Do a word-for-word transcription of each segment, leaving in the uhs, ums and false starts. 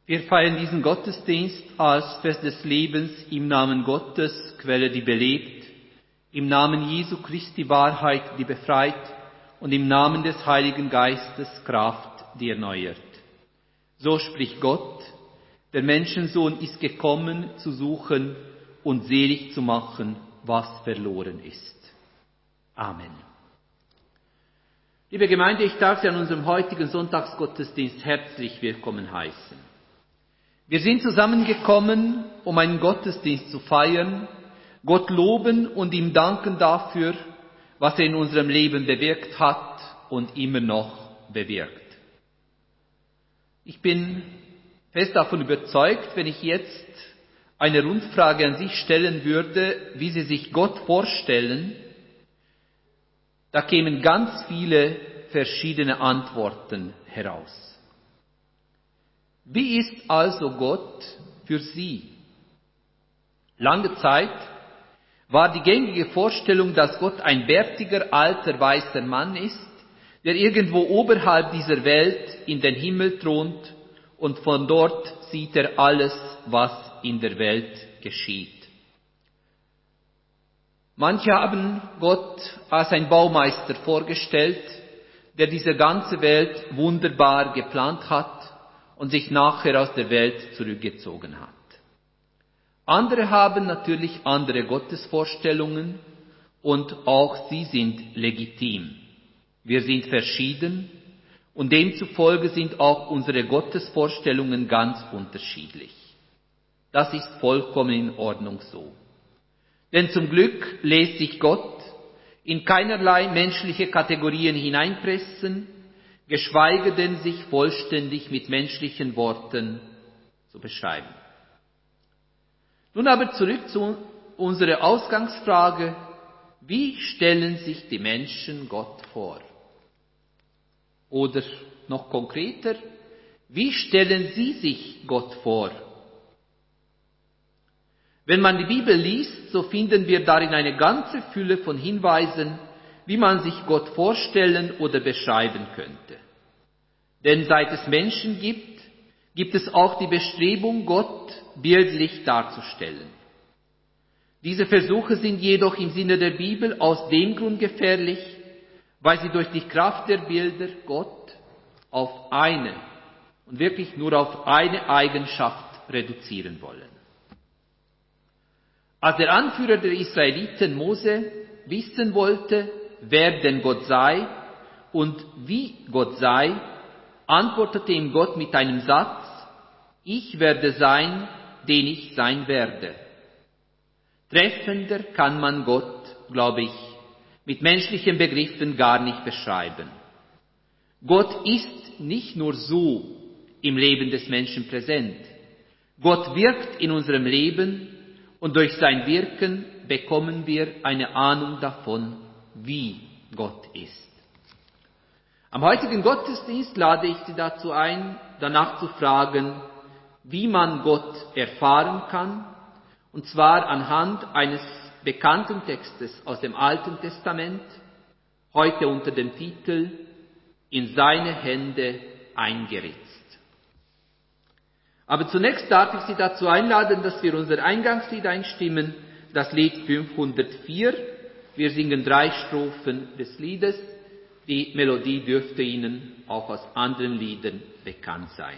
Wir feiern diesen Gottesdienst als Fest des Lebens im Namen Gottes, Quelle, die belebt, im Namen Jesu Christi Wahrheit, die befreit und im Namen des Heiligen Geistes Kraft, die erneuert. So spricht Gott, der Menschensohn ist gekommen, zu suchen und selig zu machen, was verloren ist. Amen. Liebe Gemeinde, ich darf Sie an unserem heutigen Sonntagsgottesdienst herzlich willkommen heißen. Wir sind zusammengekommen, um einen Gottesdienst zu feiern, Gott loben und ihm danken dafür, was er in unserem Leben bewirkt hat und immer noch bewirkt. Ich bin fest davon überzeugt, wenn ich jetzt eine Rundfrage an Sie stellen würde, wie Sie sich Gott vorstellen, da kämen ganz viele verschiedene Antworten heraus. Wie ist also Gott für Sie? Lange Zeit war die gängige Vorstellung, dass Gott ein bärtiger, alter, weißer Mann ist, der irgendwo oberhalb dieser Welt in den Himmel thront und von dort sieht er alles, was in der Welt geschieht. Manche haben Gott als ein Baumeister vorgestellt, der diese ganze Welt wunderbar geplant hat und sich nachher aus der Welt zurückgezogen hat. Andere haben natürlich andere Gottesvorstellungen und auch sie sind legitim. Wir sind verschieden und demzufolge sind auch unsere Gottesvorstellungen ganz unterschiedlich. Das ist vollkommen in Ordnung so. Denn zum Glück lässt sich Gott in keinerlei menschliche Kategorien hineinpressen, geschweige denn sich vollständig mit menschlichen Worten zu beschreiben. Nun aber zurück zu unserer Ausgangsfrage: Wie stellen sich die Menschen Gott vor? Oder noch konkreter, wie stellen Sie sich Gott vor? Wenn man die Bibel liest, so finden wir darin eine ganze Fülle von Hinweisen, wie man sich Gott vorstellen oder beschreiben könnte. Denn seit es Menschen gibt, gibt es auch die Bestrebung, Gott bildlich darzustellen. Diese Versuche sind jedoch im Sinne der Bibel aus dem Grund gefährlich, weil sie durch die Kraft der Bilder Gott auf eine und wirklich nur auf eine Eigenschaft reduzieren wollen. Als der Anführer der Israeliten Mose wissen wollte, wer denn Gott sei und wie Gott sei, antwortete ihm Gott mit einem Satz: Ich werde sein, den ich sein werde. Treffender kann man Gott, glaube ich, mit menschlichen Begriffen gar nicht beschreiben. Gott ist nicht nur so im Leben des Menschen präsent. Gott wirkt in unserem Leben und durch sein Wirken bekommen wir eine Ahnung davon, wie Gott ist. Am heutigen Gottesdienst lade ich Sie dazu ein, danach zu fragen, wie man Gott erfahren kann, und zwar anhand eines bekannten Textes aus dem Alten Testament, heute unter dem Titel In seine Hände eingeritzt. Aber zunächst darf ich Sie dazu einladen, dass wir unser Eingangslied einstimmen, das Lied fünfhundertvier. Wir singen drei Strophen des Liedes. Die Melodie dürfte Ihnen auch aus anderen Liedern bekannt sein.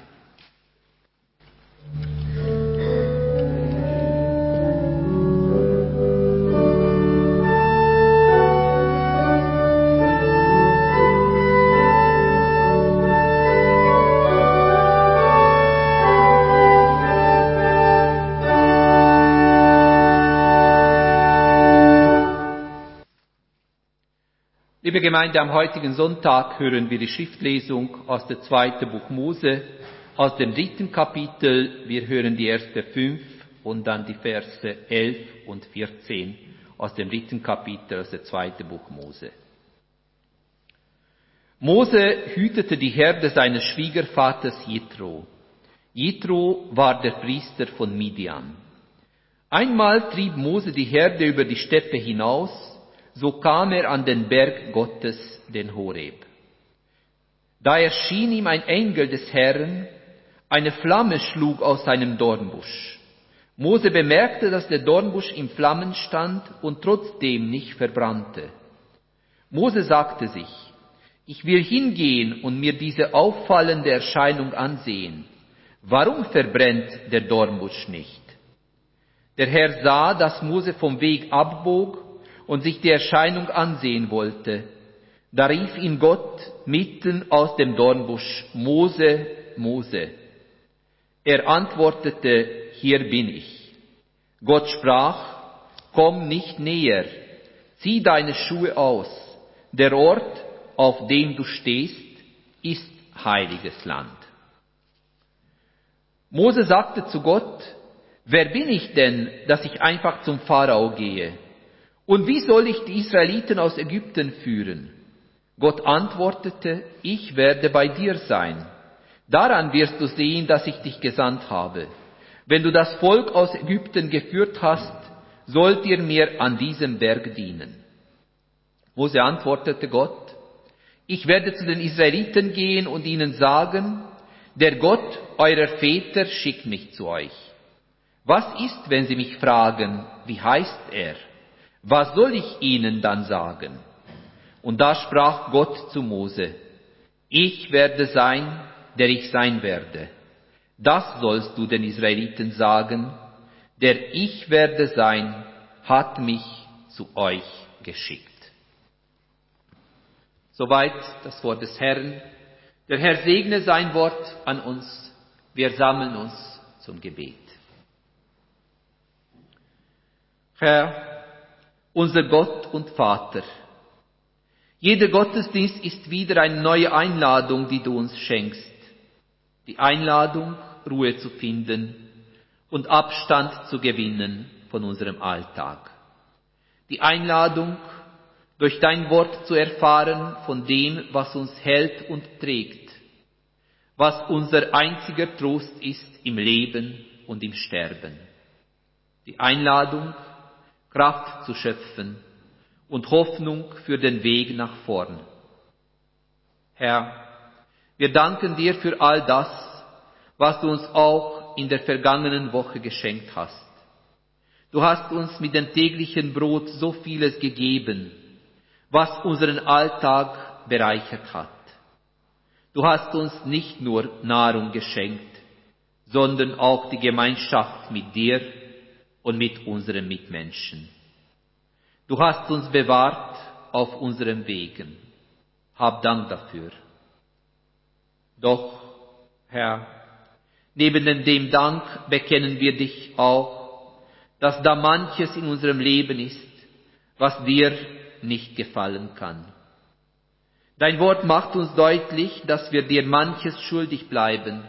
Liebe Gemeinde, am heutigen Sonntag hören wir die Schriftlesung aus dem zweiten Buch Mose, aus dem dritten Kapitel. Wir hören die ersten fünf und dann die Verse elf und vierzehn aus dem dritten Kapitel, aus dem zweiten Buch Mose. Mose hütete die Herde seines Schwiegervaters Jitro. Jitro war der Priester von Midian. Einmal trieb Mose die Herde über die Steppe hinaus, so kam er an den Berg Gottes, den Horeb. Da erschien ihm ein Engel des Herrn Eine Flamme schlug aus seinem Dornbusch. Mose bemerkte, dass der Dornbusch in Flammen stand und trotzdem nicht verbrannte. Mose sagte sich, ich will hingehen und mir diese auffallende Erscheinung ansehen. Warum verbrennt der Dornbusch nicht? Der Herr sah, dass Mose vom Weg abbog und sich die Erscheinung ansehen wollte. Da rief ihn Gott mitten aus dem Dornbusch, Mose, Mose. Er antwortete, hier bin ich. Gott sprach, komm nicht näher, zieh deine Schuhe aus. Der Ort, auf dem du stehst, ist heiliges Land. Mose sagte zu Gott, wer bin ich denn, dass ich einfach zum Pharao gehe? Und wie soll ich die Israeliten aus Ägypten führen? Gott antwortete, ich werde bei dir sein. Daran wirst du sehen, dass ich dich gesandt habe. Wenn du das Volk aus Ägypten geführt hast, sollt ihr mir an diesem Berg dienen. Mose antwortete Gott, ich werde zu den Israeliten gehen und ihnen sagen, der Gott eurer Väter schickt mich zu euch. Was ist, wenn sie mich fragen, wie heißt er? Was soll ich ihnen dann sagen? Und da sprach Gott zu Mose, ich werde sein, der ich sein werde. Das sollst du den Israeliten sagen, der ich werde sein, hat mich zu euch geschickt. Soweit das Wort des Herrn. Der Herr segne sein Wort an uns. Wir sammeln uns zum Gebet. Herr, unser Gott und Vater, jeder Gottesdienst ist wieder eine neue Einladung, die du uns schenkst. Die Einladung, Ruhe zu finden und Abstand zu gewinnen von unserem Alltag. Die Einladung, durch dein Wort zu erfahren von dem, was uns hält und trägt, was unser einziger Trost ist im Leben und im Sterben. Die Einladung, Kraft zu schöpfen und Hoffnung für den Weg nach vorn. Herr, wir danken dir für all das, was du uns auch in der vergangenen Woche geschenkt hast. Du hast uns mit dem täglichen Brot so vieles gegeben, was unseren Alltag bereichert hat. Du hast uns nicht nur Nahrung geschenkt, sondern auch die Gemeinschaft mit dir und mit unseren Mitmenschen. Du hast uns bewahrt auf unseren Wegen. Hab Dank dafür. Doch, Herr, neben dem Dank bekennen wir dich auch, dass da manches in unserem Leben ist, was dir nicht gefallen kann. Dein Wort macht uns deutlich, dass wir dir manches schuldig bleiben.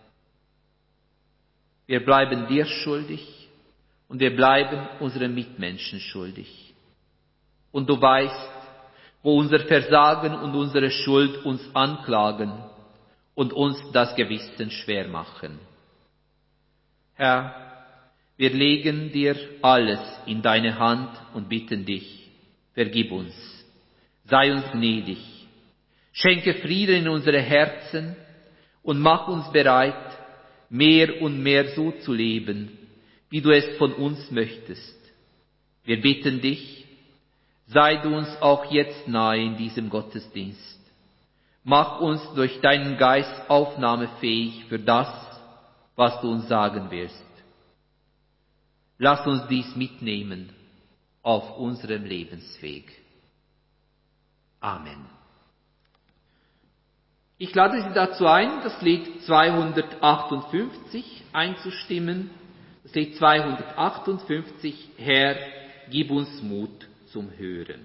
Wir bleiben dir schuldig und wir bleiben unseren Mitmenschen schuldig. Und du weißt, wo unser Versagen und unsere Schuld uns anklagen und uns das Gewissen schwer machen. Herr, wir legen dir alles in deine Hand und bitten dich, vergib uns, sei uns gnädig, schenke Frieden in unsere Herzen und mach uns bereit, mehr und mehr so zu leben, wie du es von uns möchtest. Wir bitten dich, sei du uns auch jetzt nahe in diesem Gottesdienst. Mach uns durch deinen Geist aufnahmefähig für das, was du uns sagen wirst. Lass uns dies mitnehmen auf unserem Lebensweg. Amen. Ich lade Sie dazu ein, das Lied zweihundertachtundfünfzig einzustimmen. Das Lied zweihundertachtundfünfzig, Herr, gib uns Mut zum Hören.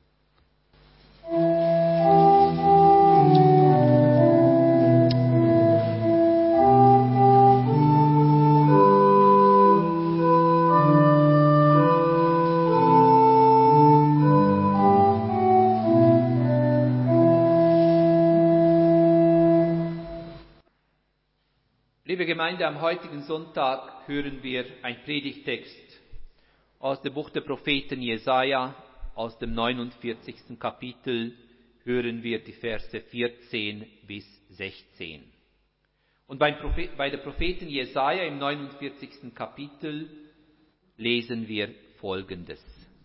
Liebe Gemeinde, am heutigen Sonntag hören wir einen Predigtext aus dem Buch der Propheten Jesaja, aus dem neunundvierzigsten Kapitel, hören wir die Verse vierzehn bis sechzehn. Und beim Prophet, bei der Propheten Jesaja im neunundvierzigsten Kapitel lesen wir Folgendes.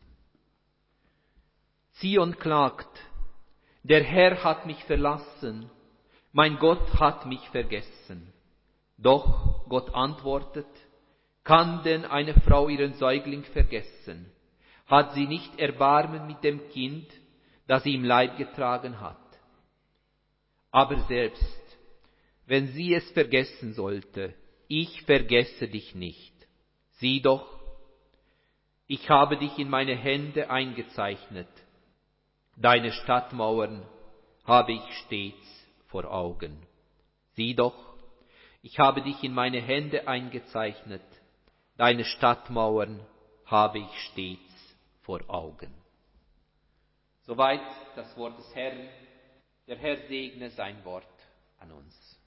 Zion klagt, der Herr hat mich verlassen, mein Gott hat mich vergessen. Doch Gott antwortet, kann denn eine Frau ihren Säugling vergessen? Hat sie nicht Erbarmen mit dem Kind, das sie im Leib getragen hat? Aber selbst, wenn sie es vergessen sollte, ich vergesse dich nicht. Sieh doch, ich habe dich in meine Hände eingezeichnet. Deine Stadtmauern habe ich stets vor Augen. Sieh doch, ich habe dich in meine Hände eingezeichnet. Deine Stadtmauern habe ich stets vor Augen. Soweit das Wort des Herrn. Der Herr segne sein Wort an uns.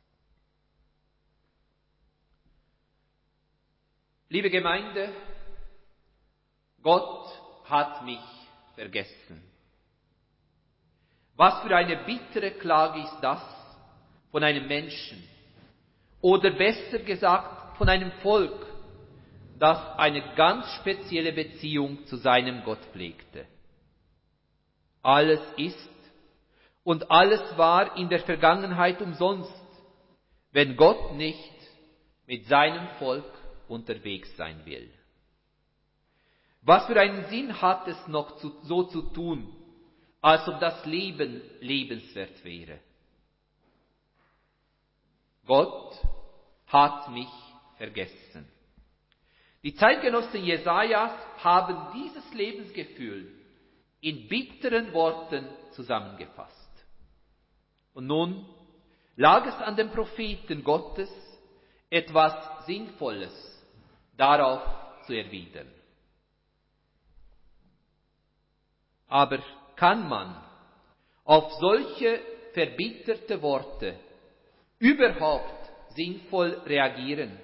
Liebe Gemeinde, Gott hat mich vergessen. Was für eine bittere Klage ist das von einem Menschen, oder besser gesagt von einem Volk, das eine ganz spezielle Beziehung zu seinem Gott pflegte. Alles ist und alles war in der Vergangenheit umsonst, wenn Gott nicht mit seinem Volk unterwegs sein will. Was für einen Sinn hat es noch zu, so zu tun, als ob das Leben lebenswert wäre? Gott hat mich vergessen. Die Zeitgenossen Jesajas haben dieses Lebensgefühl in bitteren Worten zusammengefasst. Und nun lag es an den Propheten Gottes, etwas Sinnvolles darauf zu erwidern. Aber kann man auf solche verbitterte Worte überhaupt sinnvoll reagieren?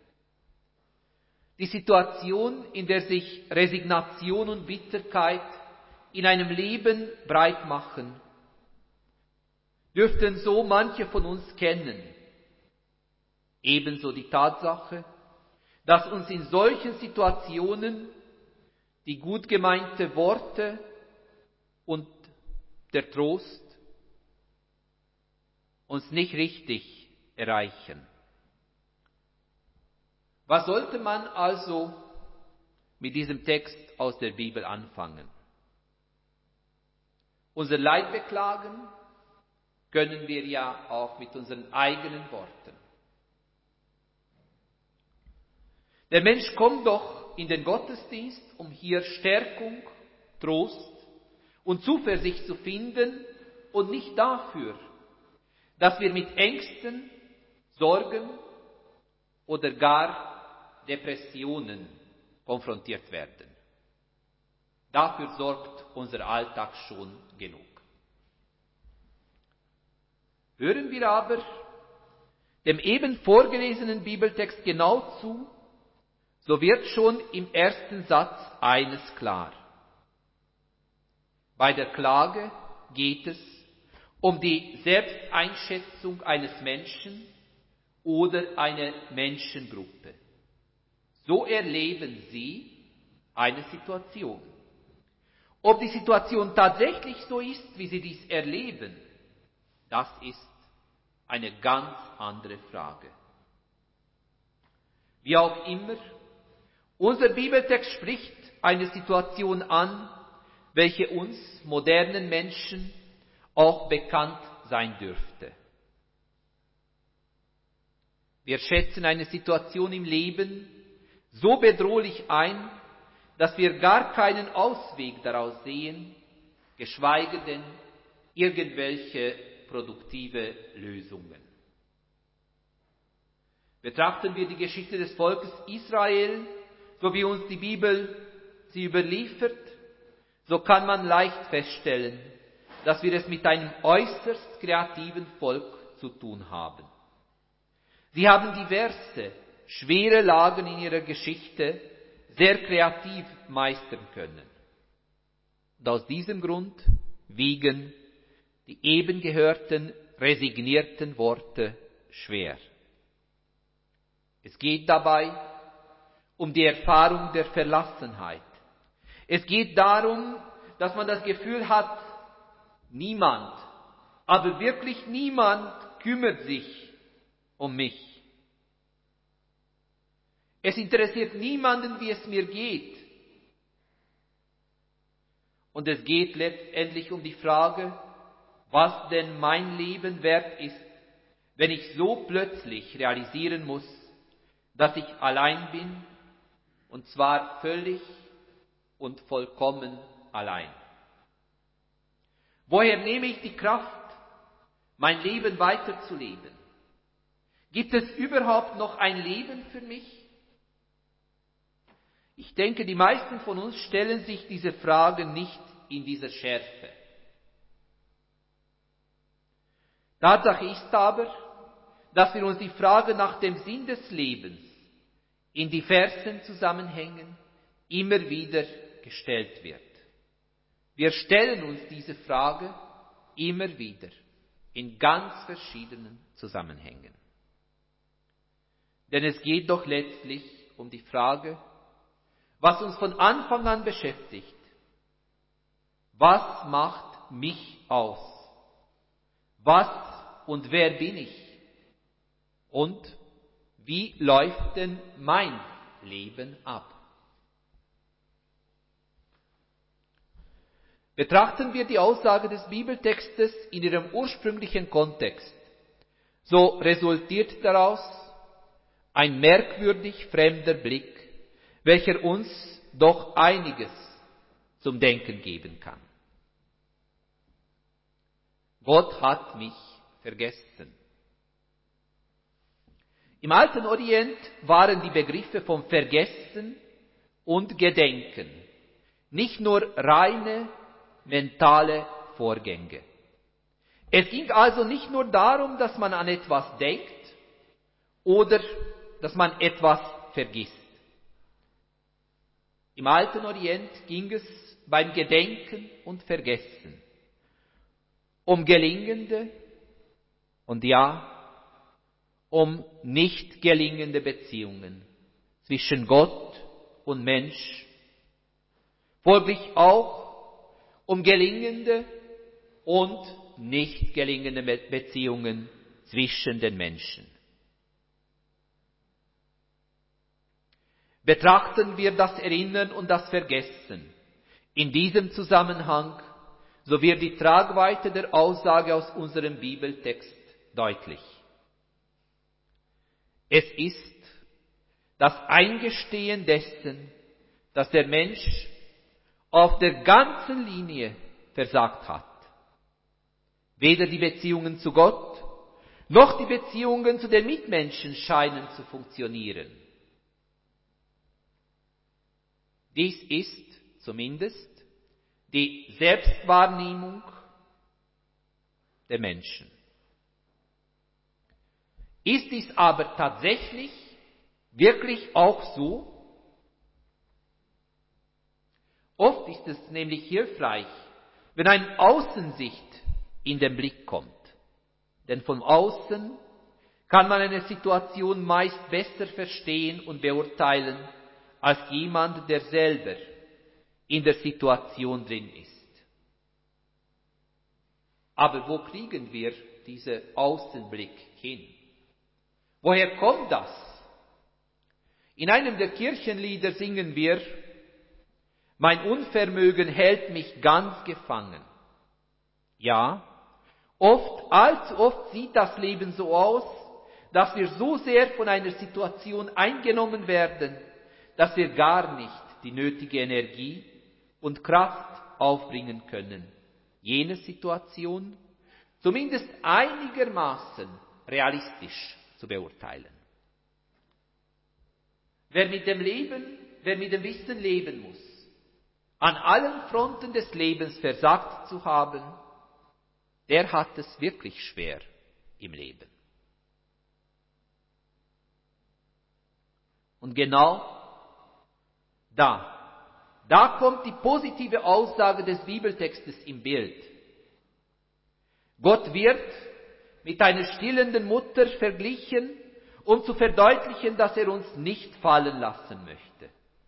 Die Situation, in der sich Resignation und Bitterkeit in einem Leben breit machen, dürften so manche von uns kennen. Ebenso die Tatsache, dass uns in solchen Situationen die gut gemeinte Worte und der Trost uns nicht richtig erreichen. Was sollte man also mit diesem Text aus der Bibel anfangen? Unser Leid beklagen können wir ja auch mit unseren eigenen Worten. Der Mensch kommt doch in den Gottesdienst, um hier Stärkung, Trost und Zuversicht zu finden und nicht dafür, dass wir mit Ängsten, Sorgen oder gar Depressionen konfrontiert werden. Dafür sorgt unser Alltag schon genug. Hören wir aber dem eben vorgelesenen Bibeltext genau zu, so wird schon im ersten Satz eines klar. Bei der Klage geht es um die Selbsteinschätzung eines Menschen oder einer Menschengruppe. So erleben sie eine Situation. Ob die Situation tatsächlich so ist, wie sie dies erleben, das ist eine ganz andere Frage. Wie auch immer, unser Bibeltext spricht eine Situation an, welche uns modernen Menschen auch bekannt sein dürfte. Wir schätzen eine Situation im Leben so bedrohlich ein, dass wir gar keinen Ausweg daraus sehen, geschweige denn irgendwelche produktive Lösungen. Betrachten wir die Geschichte des Volkes Israel, so wie uns die Bibel sie überliefert, so kann man leicht feststellen, dass wir es mit einem äußerst kreativen Volk zu tun haben. Sie haben diverse, schwere Lagen in ihrer Geschichte sehr kreativ meistern können. Und aus diesem Grund wiegen die eben gehörten, resignierten Worte schwer. Es geht dabei um die Erfahrung der Verlassenheit. Es geht darum, dass man das Gefühl hat, niemand, aber wirklich niemand kümmert sich um mich. Es interessiert niemanden, wie es mir geht. Und es geht letztendlich um die Frage, was denn mein Leben wert ist, wenn ich so plötzlich realisieren muss, dass ich allein bin, und zwar völlig und vollkommen allein. Woher nehme ich die Kraft, mein Leben weiterzuleben? Gibt es überhaupt noch ein Leben für mich? Ich denke, die meisten von uns stellen sich diese Fragen nicht in dieser Schärfe. Tatsache ist aber, dass wir uns die Frage nach dem Sinn des Lebens in diversen Zusammenhängen immer wieder gestellt wird. Wir stellen uns diese Frage immer wieder in ganz verschiedenen Zusammenhängen. Denn es geht doch letztlich um die Frage, was uns von Anfang an beschäftigt. Was macht mich aus? Was und wer bin ich? Und wie läuft denn mein Leben ab? Betrachten wir die Aussage des Bibeltextes in ihrem ursprünglichen Kontext, so resultiert daraus ein merkwürdig fremder Blick, welcher uns doch einiges zum Denken geben kann. Gott hat mich vergessen. Im alten Orient waren die Begriffe vom Vergessen und Gedenken nicht nur reine mentale Vorgänge. Es ging also nicht nur darum, dass man an etwas denkt oder dass man etwas vergisst. Im alten Orient ging es beim Gedenken und Vergessen um gelingende und ja, um nicht gelingende Beziehungen zwischen Gott und Mensch, folglich auch um gelingende und nicht gelingende Beziehungen zwischen den Menschen. Betrachten wir das Erinnern und das Vergessen in diesem Zusammenhang, so wird die Tragweite der Aussage aus unserem Bibeltext deutlich. Es ist das Eingestehen dessen, dass der Mensch auf der ganzen Linie versagt hat. Weder die Beziehungen zu Gott, noch die Beziehungen zu den Mitmenschen scheinen zu funktionieren. Dies ist zumindest die Selbstwahrnehmung der Menschen. Ist dies aber tatsächlich wirklich auch so? Oft ist es nämlich hilfreich, wenn eine Außensicht in den Blick kommt. Denn von außen kann man eine Situation meist besser verstehen und beurteilen, als jemand, der selber in der Situation drin ist. Aber wo kriegen wir diesen Außenblick hin? Woher kommt das? In einem der Kirchenlieder singen wir: Mein Unvermögen hält mich ganz gefangen. Ja, oft, allzu oft sieht das Leben so aus, dass wir so sehr von einer Situation eingenommen werden, dass wir gar nicht die nötige Energie und Kraft aufbringen können, jene Situation zumindest einigermaßen realistisch zu beurteilen. Wer mit dem Leben, wer mit dem Wissen leben muss, an allen Fronten des Lebens versagt zu haben, der hat es wirklich schwer im Leben. Und genau da, da kommt die positive Aussage des Bibeltextes im Bild. Gott wird mit einer stillenden Mutter verglichen um zu verdeutlichen, dass er uns nicht fallen lassen möchte.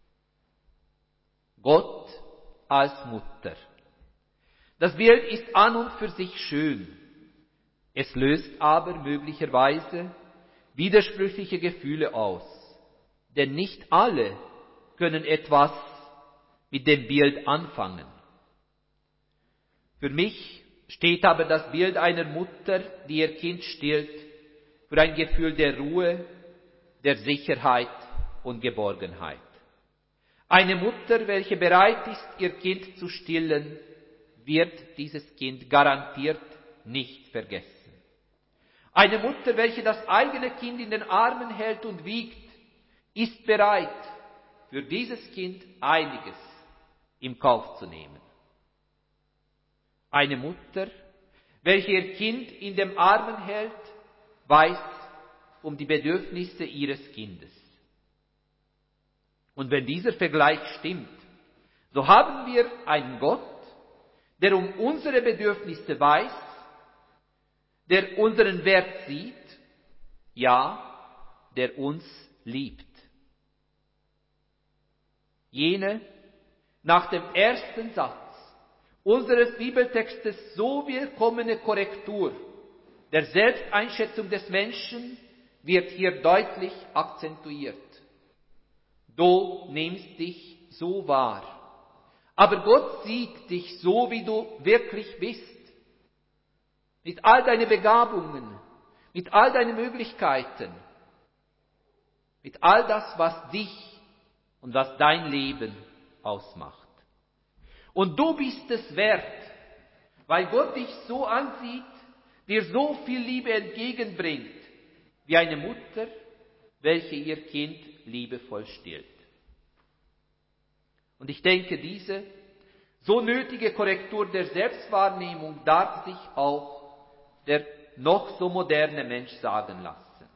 Gott als Mutter. Das Bild ist an und für sich schön. Es löst aber möglicherweise widersprüchliche Gefühle aus. Denn nicht alle können etwas mit dem Bild anfangen. Für mich steht aber das Bild einer Mutter, die ihr Kind stillt, für ein Gefühl der Ruhe, der Sicherheit und Geborgenheit. Eine Mutter, welche bereit ist, ihr Kind zu stillen, wird dieses Kind garantiert nicht vergessen. Eine Mutter, welche das eigene Kind in den Armen hält und wiegt, ist bereit, für dieses Kind einiges im Kauf zu nehmen. Eine Mutter, welche ihr Kind in den Armen hält, weiß um die Bedürfnisse ihres Kindes. Und wenn dieser Vergleich stimmt, so haben wir einen Gott, der um unsere Bedürfnisse weiß, der unseren Wert sieht, ja, der uns liebt. Jene nach dem ersten Satz unseres Bibeltextes so willkommene Korrektur der Selbsteinschätzung des Menschen wird hier deutlich akzentuiert. Du nimmst dich so wahr, aber Gott sieht dich so, wie du wirklich bist. Mit all deinen Begabungen, mit all deinen Möglichkeiten, mit all das, was dich und was dein Leben ausmacht. Und du bist es wert, weil Gott dich so ansieht, dir so viel Liebe entgegenbringt, wie eine Mutter, welche ihr Kind liebevoll stillt. Und ich denke, diese so nötige Korrektur der Selbstwahrnehmung darf sich auch der noch so moderne Mensch sagen lassen.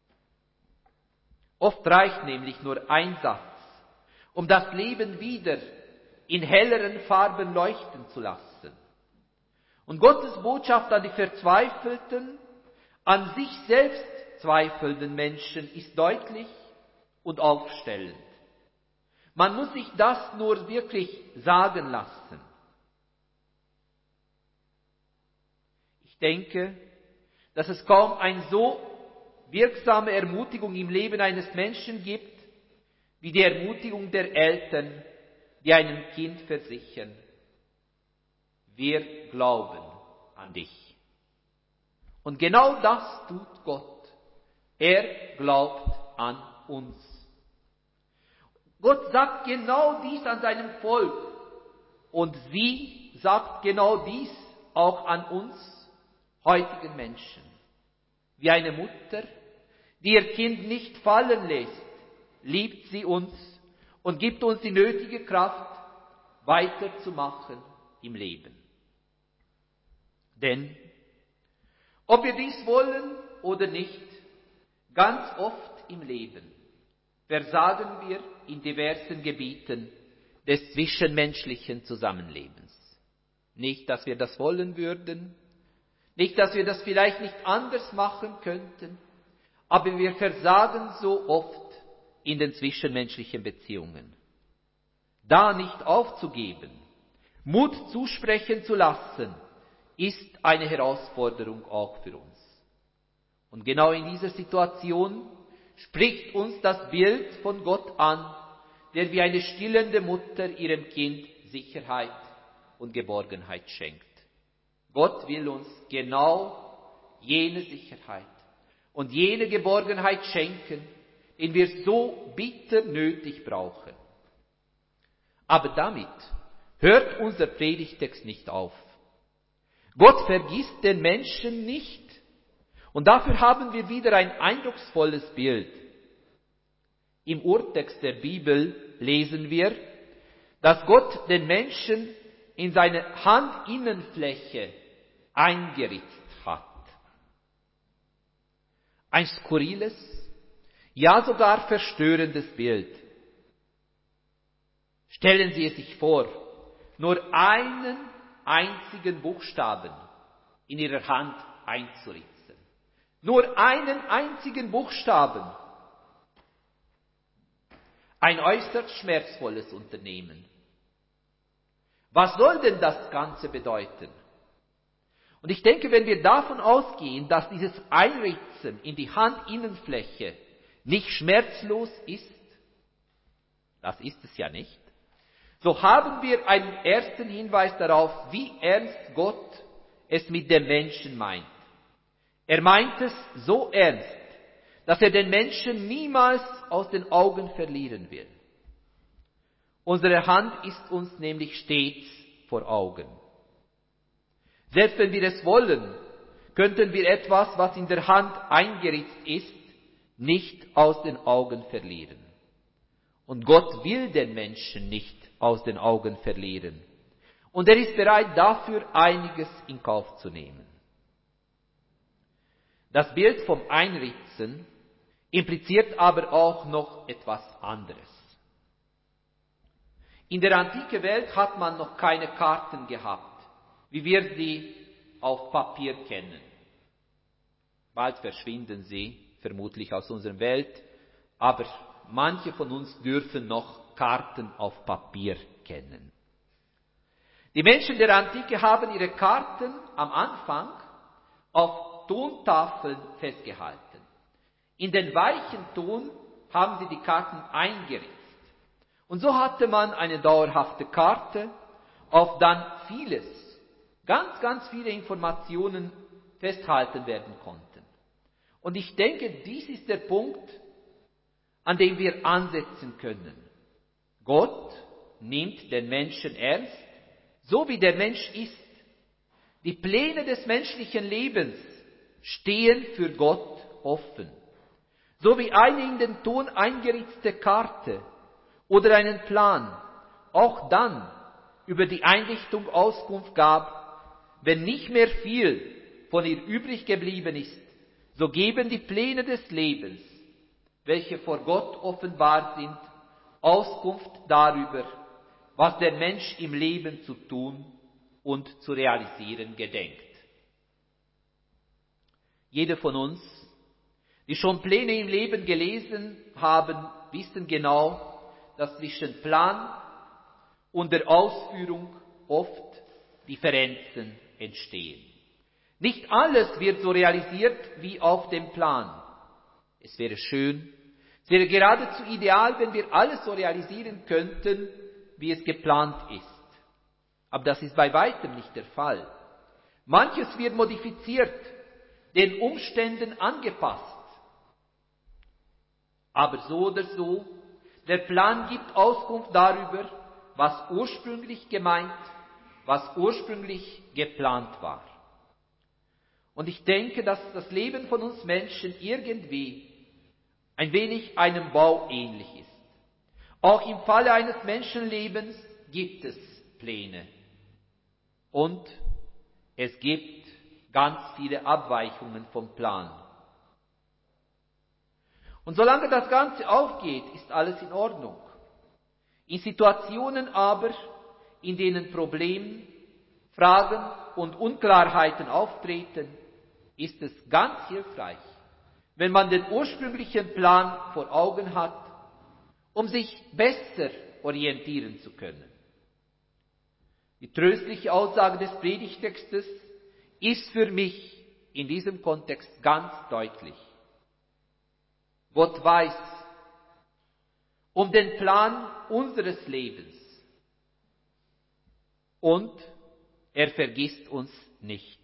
Oft reicht nämlich nur ein Satz, um das Leben wieder in helleren Farben leuchten zu lassen. Und Gottes Botschaft an die verzweifelten, an sich selbst zweifelnden Menschen ist deutlich und aufstellend. Man muss sich das nur wirklich sagen lassen. Ich denke, dass es kaum eine so wirksame Ermutigung im Leben eines Menschen gibt, wie die Ermutigung der Eltern, die einem Kind versichern: Wir glauben an dich. Und genau das tut Gott. Er glaubt an uns. Gott sagt genau dies an seinem Volk. Und sie sagt genau dies auch an uns heutigen Menschen. Wie eine Mutter, die ihr Kind nicht fallen lässt, liebt sie uns und gibt uns die nötige Kraft, weiterzumachen im Leben. Denn, ob wir dies wollen oder nicht, ganz oft im Leben versagen wir in diversen Gebieten des zwischenmenschlichen Zusammenlebens. Nicht, dass wir das wollen würden, nicht, dass wir das vielleicht nicht anders machen könnten, aber wir versagen so oft in den zwischenmenschlichen Beziehungen. Da nicht aufzugeben, Mut zusprechen zu lassen, ist eine Herausforderung auch für uns. Und genau in dieser Situation spricht uns das Bild von Gott an, der wie eine stillende Mutter ihrem Kind Sicherheit und Geborgenheit schenkt. Gott will uns genau jene Sicherheit und jene Geborgenheit schenken, den wir so bitter nötig brauchen. Aber damit hört unser Predigtext nicht auf. Gott vergisst den Menschen nicht. Und dafür haben wir wieder ein eindrucksvolles Bild. Im Urtext der Bibel lesen wir, dass Gott den Menschen in seine Handinnenfläche eingeritzt hat. Ein skurriles, ja sogar verstörendes Bild. Stellen Sie es sich vor, nur einen einzigen Buchstaben in Ihrer Hand einzuritzen. Nur einen einzigen Buchstaben. Ein äußerst schmerzvolles Unternehmen. Was soll denn das Ganze bedeuten? Und ich denke, wenn wir davon ausgehen, dass dieses Einritzen in die Handinnenfläche nicht schmerzlos ist, das ist es ja nicht, so haben wir einen ersten Hinweis darauf, wie ernst Gott es mit dem Menschen meint. Er meint es so ernst, dass er den Menschen niemals aus den Augen verlieren will. Unsere Hand ist uns nämlich stets vor Augen. Selbst wenn wir es wollen, könnten wir etwas, was in der Hand eingeritzt ist, nicht aus den Augen verlieren. Und Gott will den Menschen nicht aus den Augen verlieren. Und er ist bereit, dafür einiges in Kauf zu nehmen. Das Bild vom Einritzen impliziert aber auch noch etwas anderes. In der antiken Welt hat man noch keine Karten gehabt, wie wir sie auf Papier kennen. Bald verschwinden sie vermutlich aus unserer Welt, aber manche von uns dürfen noch Karten auf Papier kennen. Die Menschen der Antike haben ihre Karten am Anfang auf Tontafeln festgehalten. In den weichen Ton haben sie die Karten eingeritzt. Und so hatte man eine dauerhafte Karte, auf dann vieles, ganz, ganz viele Informationen festhalten werden konnten. Und ich denke, dies ist der Punkt, an dem wir ansetzen können. Gott nimmt den Menschen ernst, so wie der Mensch ist. Die Pläne des menschlichen Lebens stehen für Gott offen. So wie eine in den Ton eingeritzte Karte oder einen Plan auch dann über die Einrichtung Auskunft gab, wenn nicht mehr viel von ihr übrig geblieben ist, so geben die Pläne des Lebens, welche vor Gott offenbar sind, Auskunft darüber, was der Mensch im Leben zu tun und zu realisieren gedenkt. Jeder von uns, die schon Pläne im Leben gelesen haben, wissen genau, dass zwischen Plan und der Ausführung oft Differenzen entstehen. Nicht alles wird so realisiert wie auf dem Plan. Es wäre schön, es wäre geradezu ideal, wenn wir alles so realisieren könnten, wie es geplant ist. Aber das ist bei weitem nicht der Fall. Manches wird modifiziert, den Umständen angepasst. Aber so oder so, der Plan gibt Auskunft darüber, was ursprünglich gemeint, was ursprünglich geplant war. Und ich denke, dass das Leben von uns Menschen irgendwie ein wenig einem Bau ähnlich ist. Auch im Falle eines Menschenlebens gibt es Pläne. Und es gibt ganz viele Abweichungen vom Plan. Und solange das Ganze aufgeht, ist alles in Ordnung. In Situationen aber, in denen Probleme, Fragen und Unklarheiten auftreten, ist es ganz hilfreich, wenn man den ursprünglichen Plan vor Augen hat, um sich besser orientieren zu können. Die tröstliche Aussage des Predigtextes ist für mich in diesem Kontext ganz deutlich. Gott weiß um den Plan unseres Lebens und er vergisst uns nicht.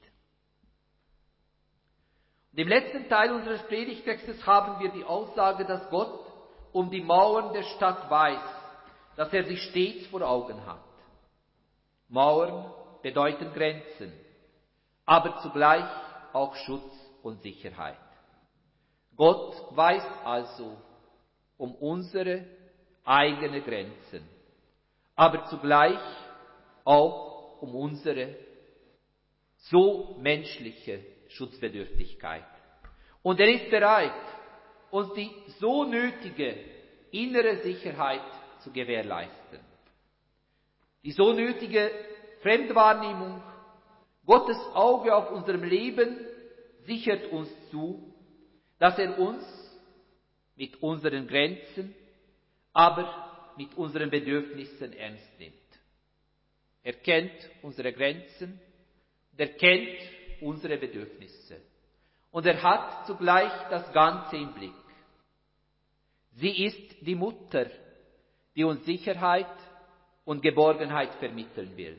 Und im letzten Teil unseres Predigtextes haben wir die Aussage, dass Gott um die Mauern der Stadt weiß, dass er sie stets vor Augen hat. Mauern bedeuten Grenzen, aber zugleich auch Schutz und Sicherheit. Gott weiß also um unsere eigene Grenzen, aber zugleich auch um unsere so menschliche Schutzbedürftigkeit. Und er ist bereit, uns die so nötige innere Sicherheit zu gewährleisten. Die so nötige Fremdwahrnehmung, Gottes Auge auf unserem Leben, sichert uns zu, dass er uns mit unseren Grenzen, aber mit unseren Bedürfnissen ernst nimmt. Er kennt unsere Grenzen und er kennt unsere Bedürfnisse. Und er hat zugleich das Ganze im Blick. Sie ist die Mutter, die uns Sicherheit und Geborgenheit vermitteln will.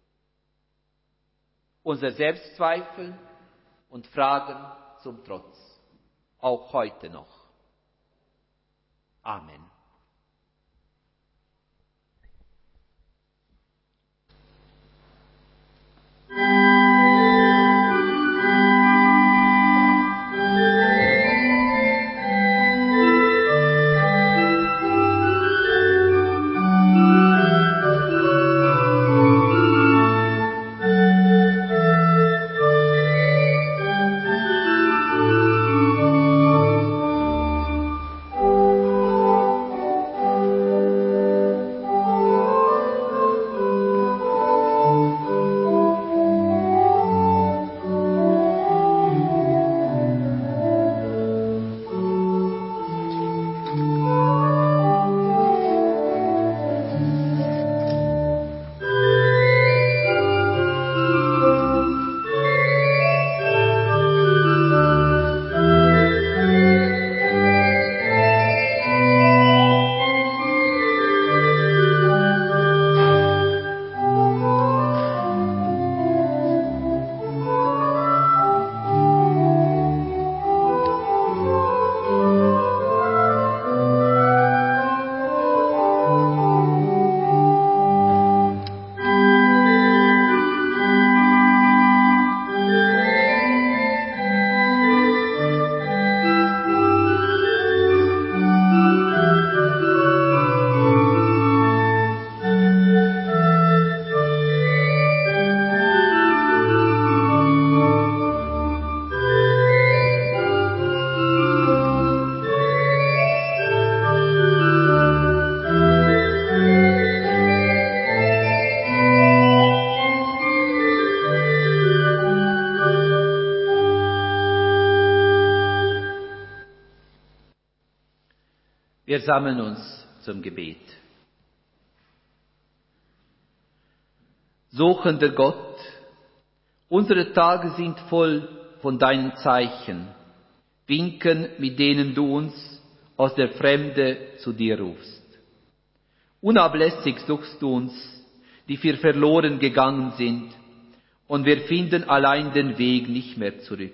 Unser Selbstzweifel und Fragen zum Trotz, auch heute noch. Amen. Wir sammeln uns zum Gebet. Suchender Gott, unsere Tage sind voll von deinen Zeichen, Winken, mit denen du uns aus der Fremde zu dir rufst. Unablässig suchst du uns, die wir verloren gegangen sind, und wir finden allein den Weg nicht mehr zurück.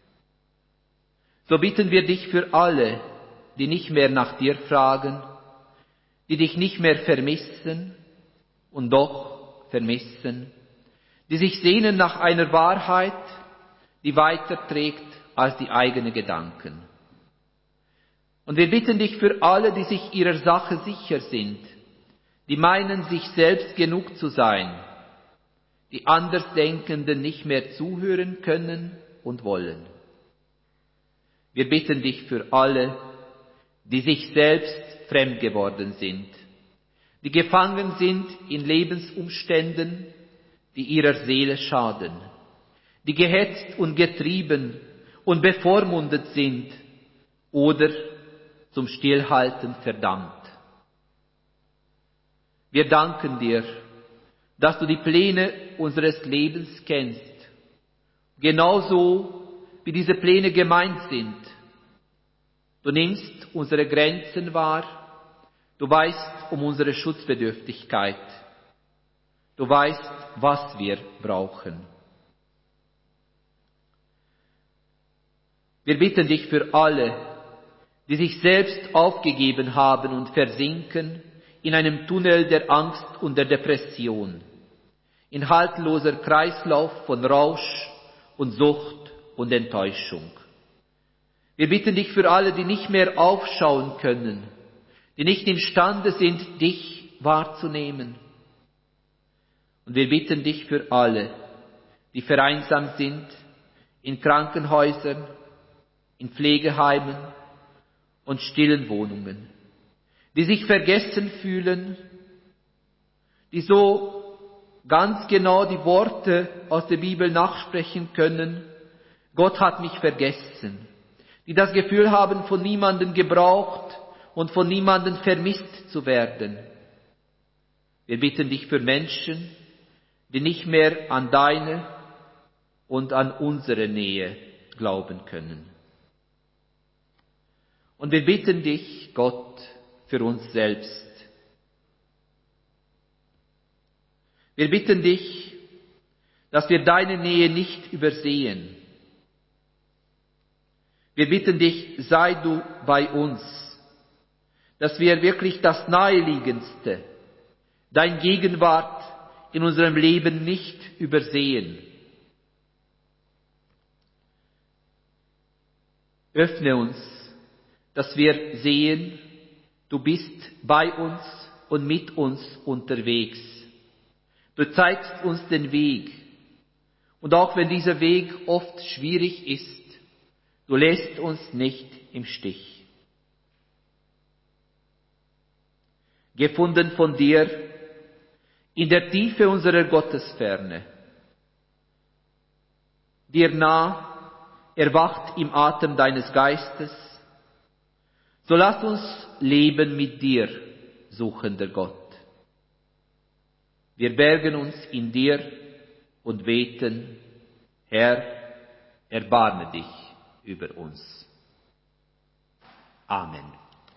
So bitten wir dich für alle, die nicht mehr nach dir fragen, die dich nicht mehr vermissen und doch vermissen, die sich sehnen nach einer Wahrheit, die weiter trägt als die eigenen Gedanken. Und wir bitten dich für alle, die sich ihrer Sache sicher sind, die meinen, sich selbst genug zu sein, die Andersdenkenden nicht mehr zuhören können und wollen. Wir bitten dich für alle, die sich selbst fremd geworden sind, die gefangen sind in Lebensumständen, die ihrer Seele schaden, die gehetzt und getrieben und bevormundet sind oder zum Stillhalten verdammt. Wir danken dir, dass du die Pläne unseres Lebens kennst, genauso wie diese Pläne gemeint sind. Du nimmst unsere Grenzen wahr, du weißt um unsere Schutzbedürftigkeit, du weißt, was wir brauchen. Wir bitten dich für alle, die sich selbst aufgegeben haben und versinken in einem Tunnel der Angst und der Depression, in haltloser Kreislauf von Rausch und Sucht und Enttäuschung. Wir bitten dich für alle, die nicht mehr aufschauen können, die nicht imstande sind, dich wahrzunehmen. Und wir bitten dich für alle, die vereinsamt sind, in Krankenhäusern, in Pflegeheimen und stillen Wohnungen, die sich vergessen fühlen, die so ganz genau die Worte aus der Bibel nachsprechen können, Gott hat mich vergessen, die das Gefühl haben, von niemandem gebraucht und von niemandem vermisst zu werden. Wir bitten dich für Menschen, die nicht mehr an deine und an unsere Nähe glauben können. Und wir bitten dich, Gott, für uns selbst. Wir bitten dich, dass wir deine Nähe nicht übersehen. Wir bitten dich, sei du bei uns, dass wir wirklich das Naheliegendste, dein Gegenwart in unserem Leben nicht übersehen. Öffne uns, dass wir sehen, du bist bei uns und mit uns unterwegs. Du zeigst uns den Weg. Und auch wenn dieser Weg oft schwierig ist, du lässt uns nicht im Stich. Gefunden von dir in der Tiefe unserer Gottesferne, dir nah, erwacht im Atem deines Geistes, so lass uns leben mit dir, suchender Gott. Wir bergen uns in dir und beten, Herr, erbarme dich über uns. Amen.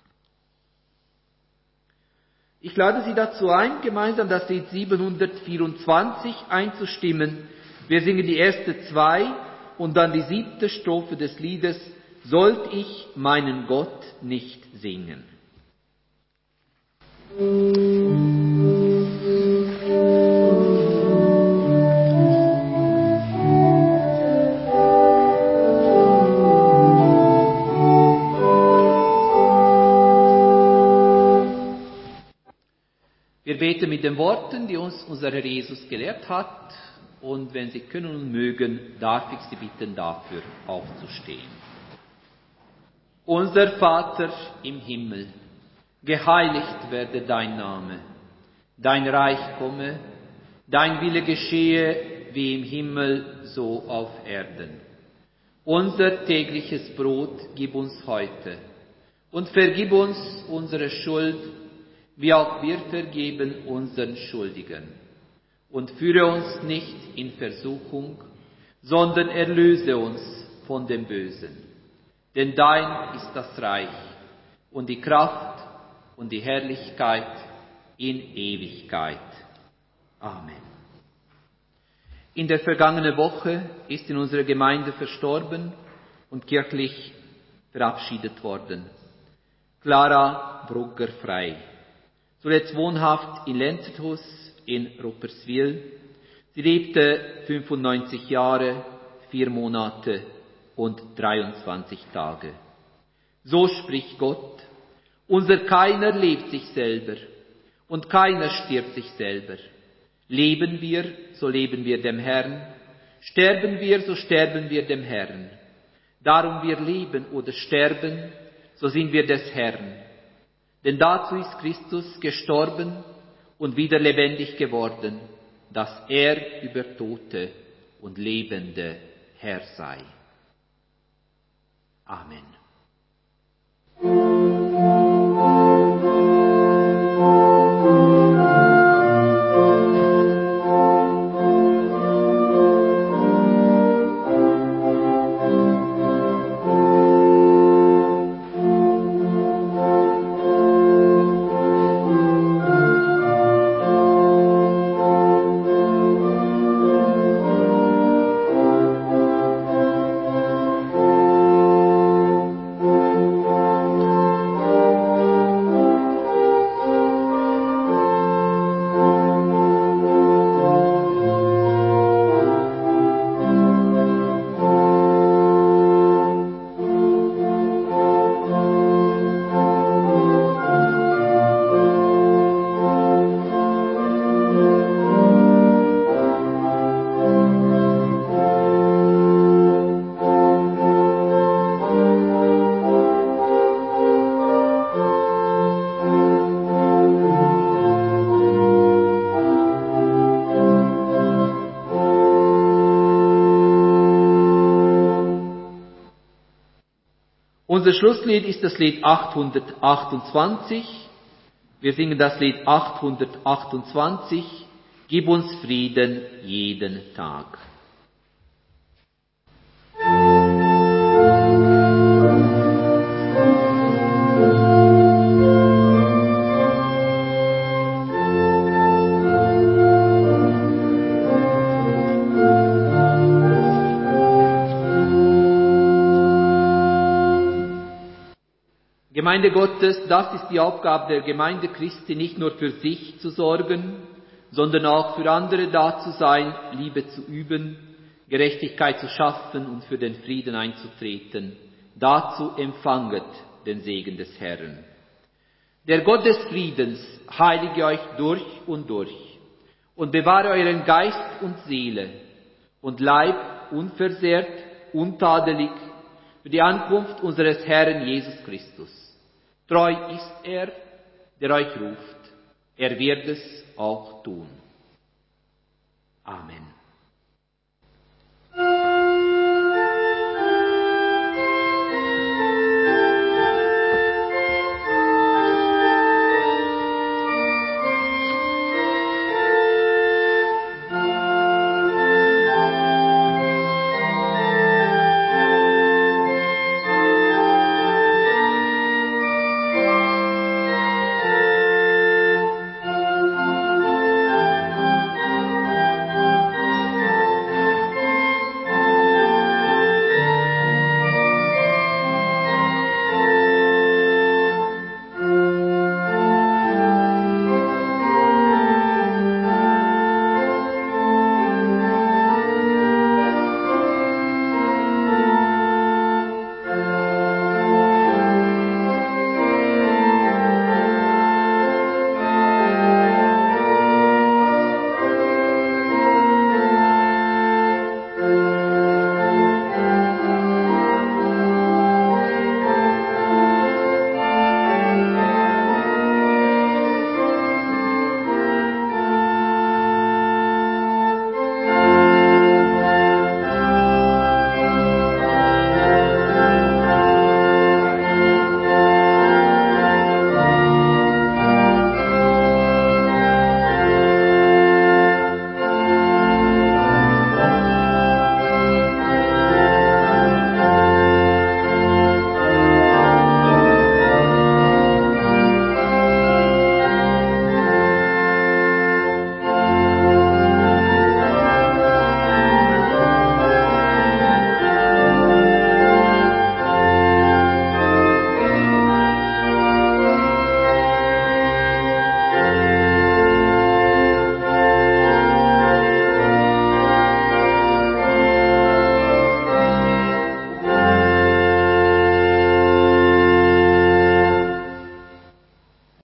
Ich lade Sie dazu ein, gemeinsam das Lied siebenhundertvierundzwanzig einzustimmen. Wir singen die erste zwei und dann die siebte Strophe des Liedes, Sollt ich meinen Gott nicht singen. Wir beten mit den Worten, die uns unser Herr Jesus gelehrt hat. Und wenn Sie können und mögen, darf ich Sie bitten, dafür aufzustehen. Unser Vater im Himmel, geheiligt werde dein Name. Dein Reich komme, dein Wille geschehe, wie im Himmel, so auf Erden. Unser tägliches Brot gib uns heute und vergib uns unsere Schuld, wie auch wir vergeben unseren Schuldigen. Und führe uns nicht in Versuchung, sondern erlöse uns von dem Bösen. Denn dein ist das Reich und die Kraft und die Herrlichkeit in Ewigkeit. Amen. In der vergangenen Woche ist in unserer Gemeinde verstorben und kirchlich verabschiedet worden Clara Brugger-Frey, zuletzt wohnhaft in Lenzerthus in Rupperswil. Sie lebte fünfundneunzig Jahre, vier Monate und dreiundzwanzig Tage. So spricht Gott, unser keiner lebt sich selber und keiner stirbt sich selber. Leben wir, so leben wir dem Herrn, sterben wir, so sterben wir dem Herrn. Darum wir leben oder sterben, so sind wir des Herrn. Denn dazu ist Christus gestorben und wieder lebendig geworden, dass er über Tote und Lebende Herr sei. Amen. Unser Schlusslied ist das Lied achthundertachtundzwanzig. Wir singen das Lied achthundertachtundzwanzig. Gib uns Frieden jeden Tag. Gemeinde Gottes, das ist die Aufgabe der Gemeinde Christi, nicht nur für sich zu sorgen, sondern auch für andere da zu sein, Liebe zu üben, Gerechtigkeit zu schaffen und für den Frieden einzutreten. Dazu empfanget den Segen des Herrn. Der Gott des Friedens heilige euch durch und durch und bewahre euren Geist und Seele und Leib unversehrt, untadelig für die Ankunft unseres Herrn Jesus Christus. Treu ist er, der euch ruft. Er wird es auch tun. Amen.